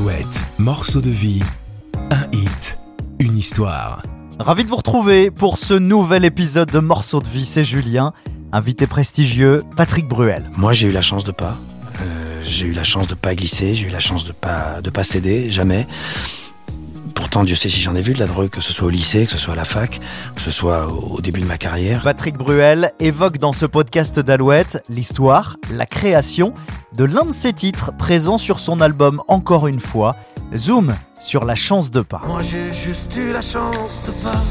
Alouette, morceau de vie, un hit, une histoire. Ravi de vous retrouver pour ce nouvel épisode de Morceau de vie, c'est Julien. Invité prestigieux, Patrick Bruel. Moi, j'ai eu la chance de pas. J'ai eu la chance de pas glisser, j'ai eu la chance de pas céder, jamais. Pourtant, Dieu sait si j'en ai vu de la drogue, que ce soit au lycée, que ce soit à la fac, que ce soit au début de ma carrière. Patrick Bruel évoque dans ce podcast d'Alouette l'histoire, la création de l'un de ses titres présents sur son album Encore une fois, Zoom sur la chance de pas. Moi j'ai juste eu la chance de pas.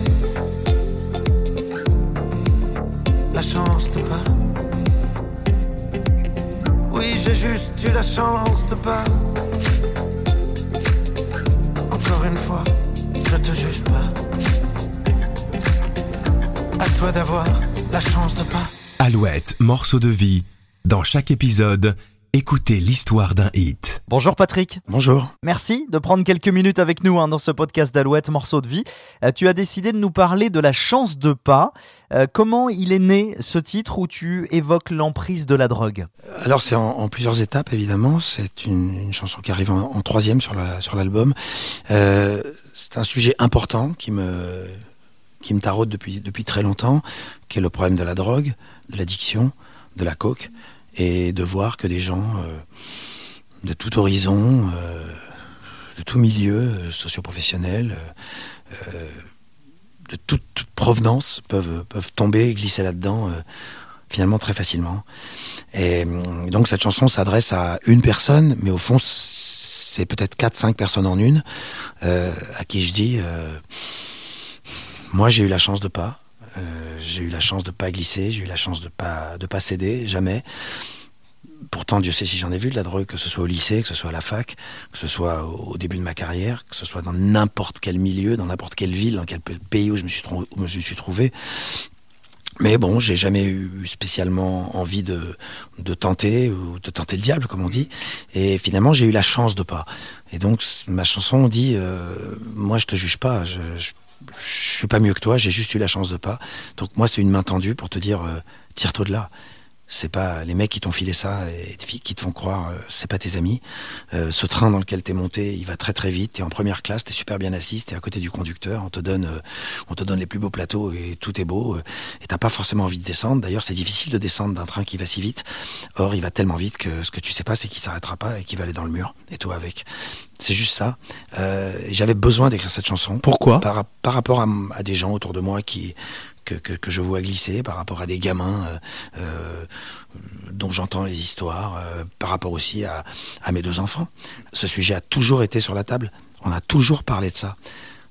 La chance de pas. Oui, j'ai juste eu la chance de pas. Encore une fois, je te juge pas. À toi d'avoir la chance de pas. Alouette, morceau de vie. Dans chaque épisode, écoutez l'histoire d'un hit. Bonjour Patrick. Bonjour. Merci de prendre quelques minutes avec nous dans ce podcast d'Alouette, morceau de vie. Tu as décidé de nous parler de la chance de pas. Comment il est né ce titre où tu évoques l'emprise de la drogue ? Alors c'est en plusieurs étapes évidemment. C'est une chanson qui arrive en troisième sur l'album. C'est un sujet important qui me taraude depuis très longtemps, qui est le problème de la drogue, de l'addiction, de la coke, et de voir que des gens de tout horizon, de tout milieu socio-professionnel, de toute provenance peuvent tomber et glisser là-dedans finalement très facilement. Et donc cette chanson s'adresse à une personne, mais au fond c'est peut-être 4-5 personnes en une, à qui je dis moi j'ai eu la chance de pas. J'ai eu la chance de pas glisser, j'ai eu la chance de pas céder, jamais. Pourtant, Dieu sait si j'en ai vu de la drogue, que ce soit au lycée, que ce soit à la fac, que ce soit au début de ma carrière, que ce soit dans n'importe quel milieu, dans n'importe quelle ville, dans quel pays où je me suis trouvé. Mais bon, j'ai jamais eu spécialement envie de tenter, ou de tenter le diable, comme on dit. Et finalement, j'ai eu la chance de pas. Et donc, ma chanson dit, moi je te juge pas, je suis pas mieux que toi, j'ai juste eu la chance de pas. Donc moi c'est une main tendue pour te dire tire-toi de là. C'est pas les mecs qui t'ont filé ça et qui te font croire c'est pas tes amis. Ce train dans lequel t'es monté, il va très très vite, t'es en première classe, t'es super bien assis, t'es à côté du conducteur, on te donne les plus beaux plateaux et tout est beau et t'as pas forcément envie de descendre. D'ailleurs c'est difficile de descendre d'un train qui va si vite. Or il va tellement vite que ce que tu sais pas c'est qu'il s'arrêtera pas et qu'il va aller dans le mur et toi avec. C'est juste ça. J'avais besoin d'écrire cette chanson. Pourquoi ? Par rapport à des gens autour de moi que je vois glisser, par rapport à des gamins dont j'entends les histoires, par rapport aussi à mes 2 enfants. Ce sujet a toujours été sur la table. On a toujours parlé de ça.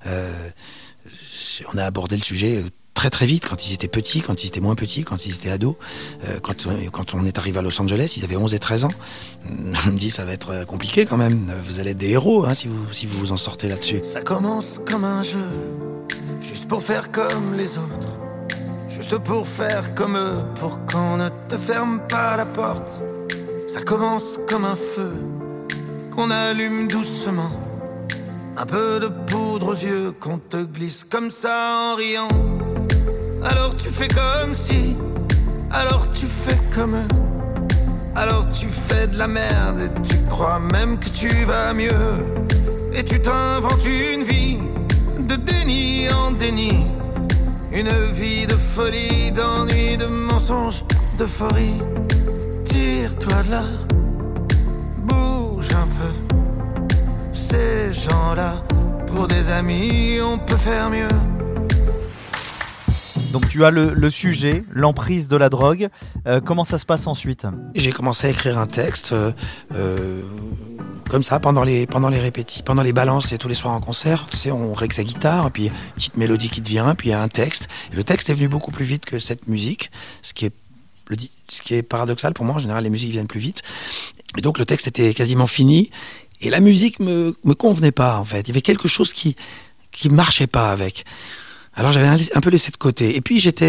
On a abordé le sujet très très vite, quand ils étaient petits, quand ils étaient moins petits, quand ils étaient ados. Quand on est arrivé à Los Angeles, ils avaient 11 et 13 ans. On me dit ça va être compliqué quand même. Vous allez être des héros si vous vous en sortez là-dessus. Ça commence comme un jeu, juste pour faire comme les autres, juste pour faire comme eux, pour qu'on ne te ferme pas la porte. Ça commence comme un feu qu'on allume doucement, un peu de poudre aux yeux qu'on te glisse comme ça en riant. Alors tu fais comme si, alors tu fais comme eux, alors tu fais de la merde et tu crois même que tu vas mieux. Et tu t'inventes une vie de déni en déni, une vie de folie, d'ennui, de mensonge, d'euphorie. Tire-toi de là, bouge un peu. Ces gens-là, pour des amis, on peut faire mieux. Donc tu as le sujet, l'emprise de la drogue. Comment ça se passe ensuite ? J'ai commencé à écrire un texte comme ça pendant les répétitions, pendant les balances tous les soirs en concert. Tu sais, on règle sa guitare, puis une petite mélodie qui te vient, puis il y a un texte. Et le texte est venu beaucoup plus vite que cette musique, ce qui est paradoxal pour moi. En général, les musiques viennent plus vite. Et donc le texte était quasiment fini. Et la musique me convenait pas, en fait. Il y avait quelque chose qui marchait pas avec. Alors j'avais un peu laissé de côté. Et puis j'étais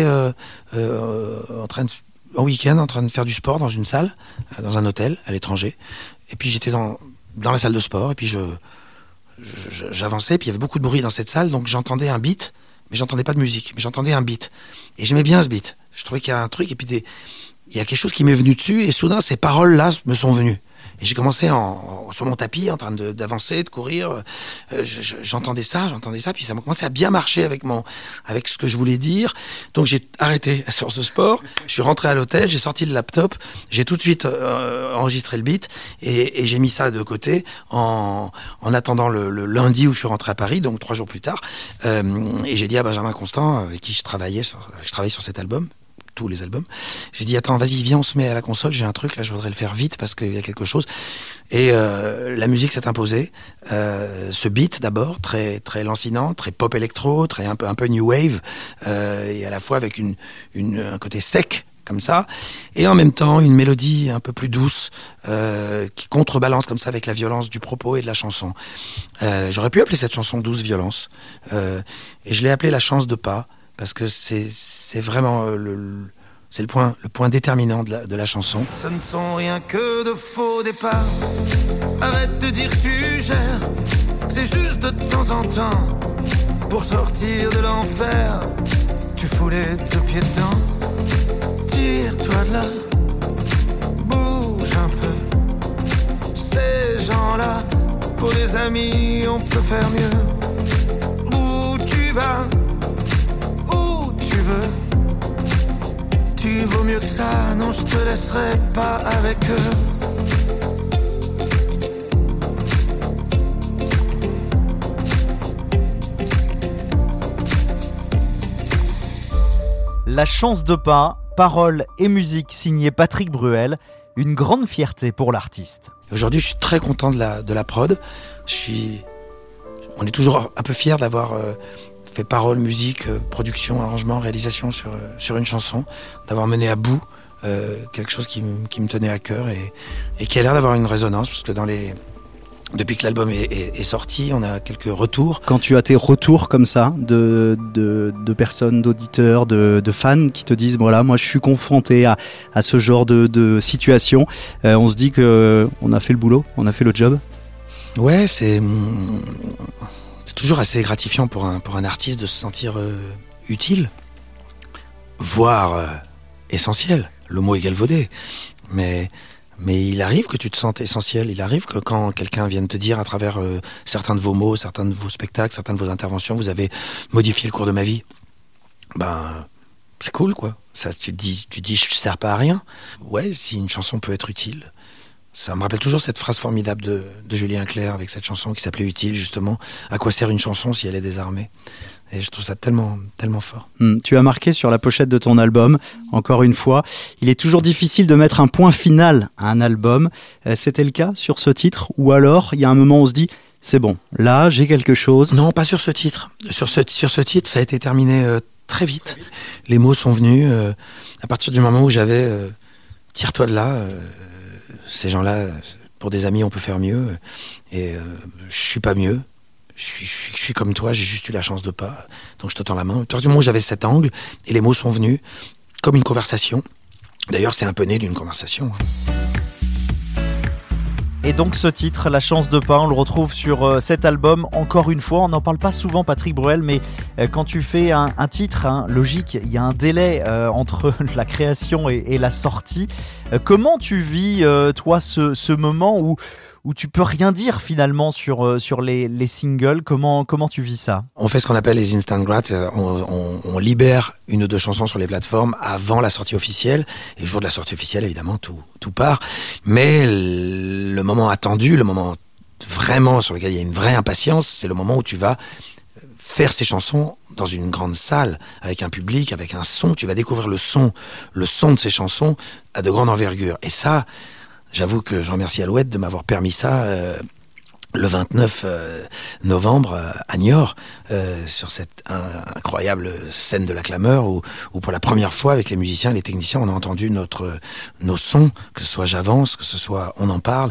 en week-end en train de faire du sport dans une salle, dans un hôtel à l'étranger. Et puis j'étais dans la salle de sport. Et puis j'avançais. Puis il y avait beaucoup de bruit dans cette salle. Donc j'entendais un beat, mais j'entendais pas de musique. Mais j'entendais un beat. Et j'aimais bien ce beat. Je trouvais qu'il y a un truc. Et puis il y a quelque chose qui m'est venu dessus. Et soudain ces paroles-là me sont venues. Et j'ai commencé sur mon tapis, en train d'avancer, de courir. J'entendais ça, puis ça m'a commencé à bien marcher avec ce que je voulais dire. Donc j'ai arrêté la séance de sport, je suis rentré à l'hôtel, j'ai sorti le laptop, j'ai tout de suite enregistré le beat et j'ai mis ça de côté en attendant le lundi où je suis rentré à Paris, donc 3 jours plus tard. Et j'ai dit à Benjamin Constant, avec qui je travaillais sur cet album, tous les albums. J'ai dit, attends, vas-y, viens, on se met à la console, j'ai un truc, là, je voudrais le faire vite parce qu'il y a quelque chose. Et la musique s'est imposée. Ce beat, d'abord, très très lancinant, très pop électro, très un peu new wave, et à la fois avec un côté sec, comme ça, et en même temps, une mélodie un peu plus douce, qui contrebalance comme ça avec la violence du propos et de la chanson. J'aurais pu appeler cette chanson Douce Violence, et je l'ai appelée La Chance de Pas, parce que c'est vraiment c'est le point déterminant de la chanson. Ce ne sont rien que de faux départs. Arrête de dire que tu gères. C'est juste de temps en temps. Pour sortir de l'enfer, tu fous les 2 pieds dedans. Tire-toi de là, bouge un peu. Ces gens-là, pour les amis, on peut faire mieux. Où tu vas, tu vaux mieux que ça, non je te laisserai pas avec eux. La Chance de Pas, paroles et musique signée Patrick Bruel, une grande fierté pour l'artiste. Aujourd'hui, je suis très content de la prod. On est toujours un peu fiers d'avoir fait paroles, musique, production, arrangement, réalisation sur une chanson, d'avoir mené à bout quelque chose qui me tenait à cœur et qui a l'air d'avoir une résonance, parce que depuis que l'album est sorti, on a quelques retours. Quand tu as tes retours comme ça de personnes, d'auditeurs, de fans qui te disent voilà, moi je suis confronté à ce genre de situation, on se dit que on a fait le boulot, on a fait le job. Ouais, c'est toujours assez gratifiant pour un artiste de se sentir utile, voire essentiel. Le mot est galvaudé, mais il arrive que tu te sentes essentiel. Il arrive que quand quelqu'un vienne te dire à travers certains de vos mots, certains de vos spectacles, certaines de vos interventions, vous avez modifié le cours de ma vie. Ben, c'est cool, quoi. Ça, tu te dis, je sers pas à rien. Ouais, si une chanson peut être utile. Ça me rappelle toujours cette phrase formidable de Julien Clerc avec cette chanson qui s'appelait Utile, justement. À quoi sert une chanson si elle est désarmée ? Et je trouve ça tellement, tellement fort. Tu as marqué sur la pochette de ton album, encore une fois, il est toujours difficile de mettre un point final à un album. C'était le cas sur ce titre ? Ou alors, il y a un moment où on se dit, c'est bon, là, j'ai quelque chose. Non, pas sur ce titre. Sur ce titre, ça a été terminé très vite. Les mots sont venus à partir du moment où j'avais tire-toi de là. Ces gens-là, pour des amis, on peut faire mieux. Et je suis pas mieux. Je suis comme toi, j'ai juste eu la chance de pas. Donc je te tends la main. À partir du moment où j'avais cet angle, et les mots sont venus, comme une conversation. D'ailleurs, c'est un peu né d'une conversation. Et donc ce titre, La Chance de Pas, on le retrouve sur cet album. Encore une fois, on n'en parle pas souvent, Patrick Bruel, mais quand tu fais un titre, logique, il y a un délai entre la création et la sortie. Comment tu vis, toi, ce moment où tu peux rien dire finalement sur les singles? Comment tu vis ça? On fait ce qu'on appelle les instant grats, on libère 1 ou 2 chansons sur les plateformes avant la sortie officielle, et le jour de la sortie officielle, évidemment, tout part. Mais le moment attendu, le moment vraiment sur lequel il y a une vraie impatience, c'est le moment où tu vas faire ces chansons dans une grande salle, avec un public, avec un son. Tu vas découvrir le son de ces chansons à de grande envergure. Et ça, j'avoue que je remercie Alouette de m'avoir permis ça le 29 novembre à Niort, sur cette incroyable scène de la Clameur où pour la première fois avec les musiciens et les techniciens on a entendu nos sons, que ce soit J'avance, que ce soit On en parle,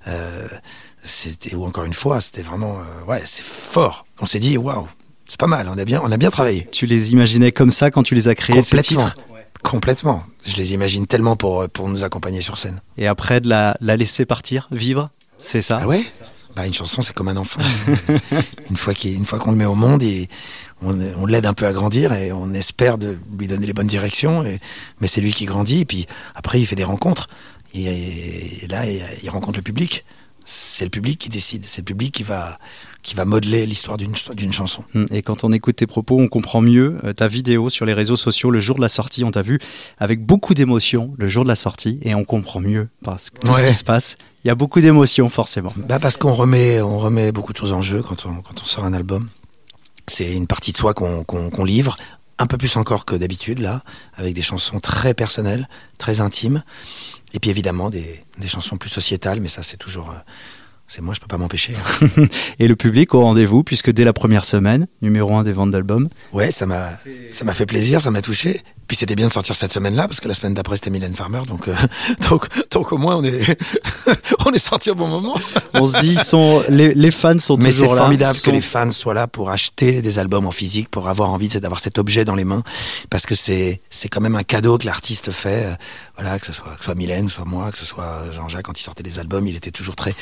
ou encore une fois, c'était vraiment c'est fort. On s'est dit waouh, c'est pas mal, on a bien travaillé. Tu les imaginais comme ça quand tu les as créés, ces titres? Complètement. Je les imagine tellement pour nous accompagner sur scène. Et après, de la laisser partir, vivre, c'est ça? Ah ouais? Une chanson, c'est comme un enfant. une fois qu'on le met au monde, on l'aide un peu à grandir et on espère de lui donner les bonnes directions. Mais c'est lui qui grandit. Et puis après, il fait des rencontres. Et là, il rencontre le public. C'est le public qui décide, c'est le public qui va modeler l'histoire d'une chanson. Et quand on écoute tes propos, on comprend mieux ta vidéo sur les réseaux sociaux le jour de la sortie. On t'a vu avec beaucoup d'émotion le jour de la sortie et on comprend mieux parce que tout ce qui se passe. Il y a beaucoup d'émotions forcément. Parce qu'on remet beaucoup de choses en jeu quand on sort un album. C'est une partie de soi qu'on livre, un peu plus encore que d'habitude là, avec des chansons très personnelles, très intimes. Et puis évidemment des chansons plus sociétales, mais ça c'est toujours... c'est moi, je peux pas m'empêcher. Et le public au rendez-vous, puisque dès la première semaine, numéro 1 des ventes d'albums. Ouais, ça m'a fait plaisir, ça m'a touché. Puis c'était bien de sortir cette semaine-là, parce que la semaine d'après c'était Mylène Farmer, donc au moins on est sorti au bon moment. On se dit, les fans sont mais toujours là. Mais c'est formidable que les fans soient là pour acheter des albums en physique, pour avoir envie d'avoir cet objet dans les mains, parce que c'est quand même un cadeau que l'artiste fait. Voilà, que ce soit Mylène, que ce soit moi, que ce soit Jean-Jacques, quand il sortait des albums, il était toujours très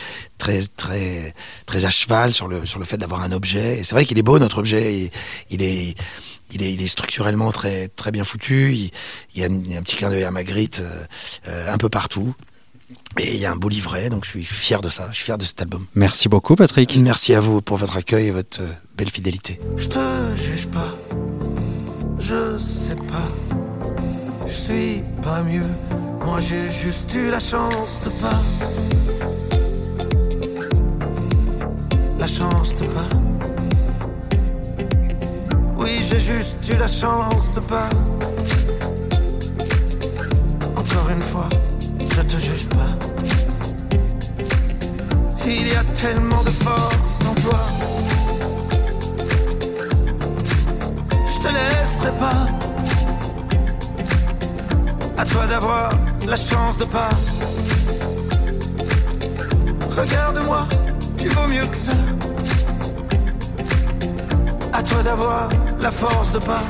à cheval sur le fait d'avoir un objet. Et c'est vrai qu'il est beau, notre objet. Il est structurellement très très bien foutu. Il y a un petit clin d'œil à Magritte un peu partout. Et il y a un beau livret, donc je suis fier de ça. Je suis fier de cet album. Merci beaucoup, Patrick. Merci à vous pour votre accueil et votre belle fidélité. Je te juge pas, je sais pas, je suis pas mieux. Moi j'ai juste eu la chance de pas. La chance de pas. Oui, j'ai juste eu la chance de pas. Encore une fois, je te juge pas. Il y a tellement de force en toi. Je te laisserai pas. À toi d'avoir la chance de pas. Regarde-moi, tu vaux mieux que ça. À toi d'avoir la force de pas.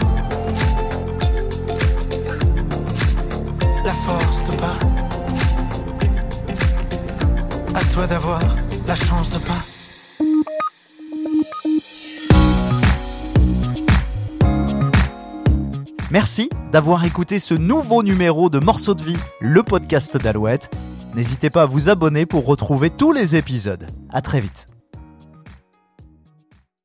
La force de pas. À toi d'avoir la chance de pas. Merci d'avoir écouté ce nouveau numéro de Morceaux de vie, le podcast d'Alouette. N'hésitez pas à vous abonner pour retrouver tous les épisodes. À très vite.